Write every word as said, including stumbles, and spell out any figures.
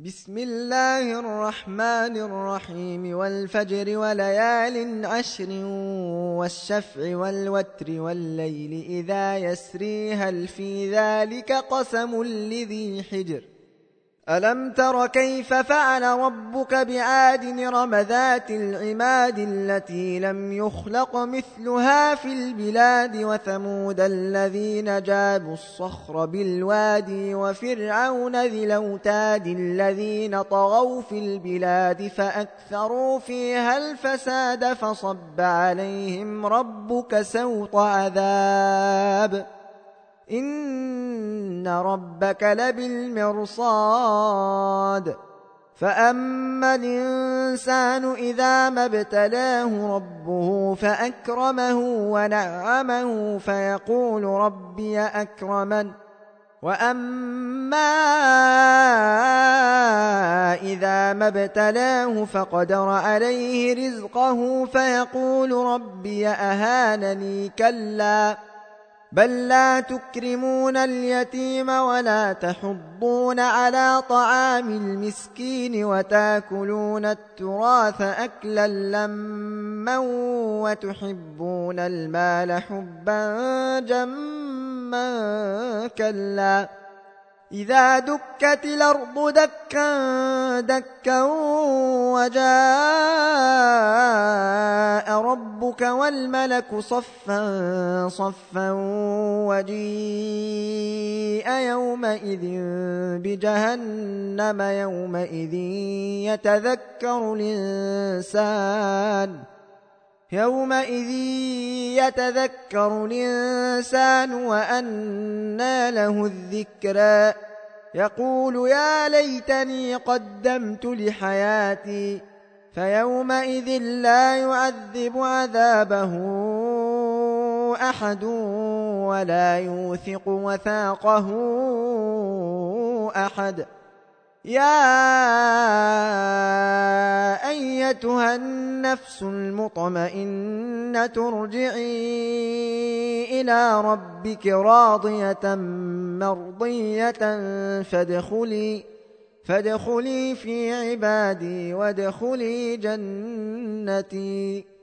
بسم الله الرحمن الرحيم والفجر وليال عشر والشفع والوتر والليل إذا يسري هل في ذلك قسم لذي حجر ألم تر كيف فعل ربك بعاد إرم ذات العماد التي لم يخلق مثلها في البلاد وثمود الذين جابوا الصخر بالوادي وفرعون ذي الأوتاد الذين طغوا في البلاد فأكثروا فيها الفساد فصب عليهم ربك سوط عذاب إن ربك لبالمرصاد فأما الإنسان إذا ما ابتلاه ربه فأكرمه ونعمه فيقول ربي أكرمن وأما إذا ما ابتلاه فقدر عليه رزقه فيقول ربي أهانني كلا بل لا تكرمون اليتيم ولا تحضون على طعام المسكين وتاكلون التراث أكلا لما وتحبون المال حبا جما كلا إذا دكت الأرض دكا دكا وجاء ربك والملك صفا صفا وجيء يومئذ بجهنم يومئذ يتذكر الإنسان يومئذ يتذكر الإنسان وأنى له الذكرى يقول يا ليتني قدمت لحياتي فيومئذ لا يعذب عذابه أحد ولا يوثق وثاقه أحد يا أيتها النفس المطمئنة ارجعي إلى ربك راضية مرضية فادخلي فادخلي في عبادي وادخلي جنتي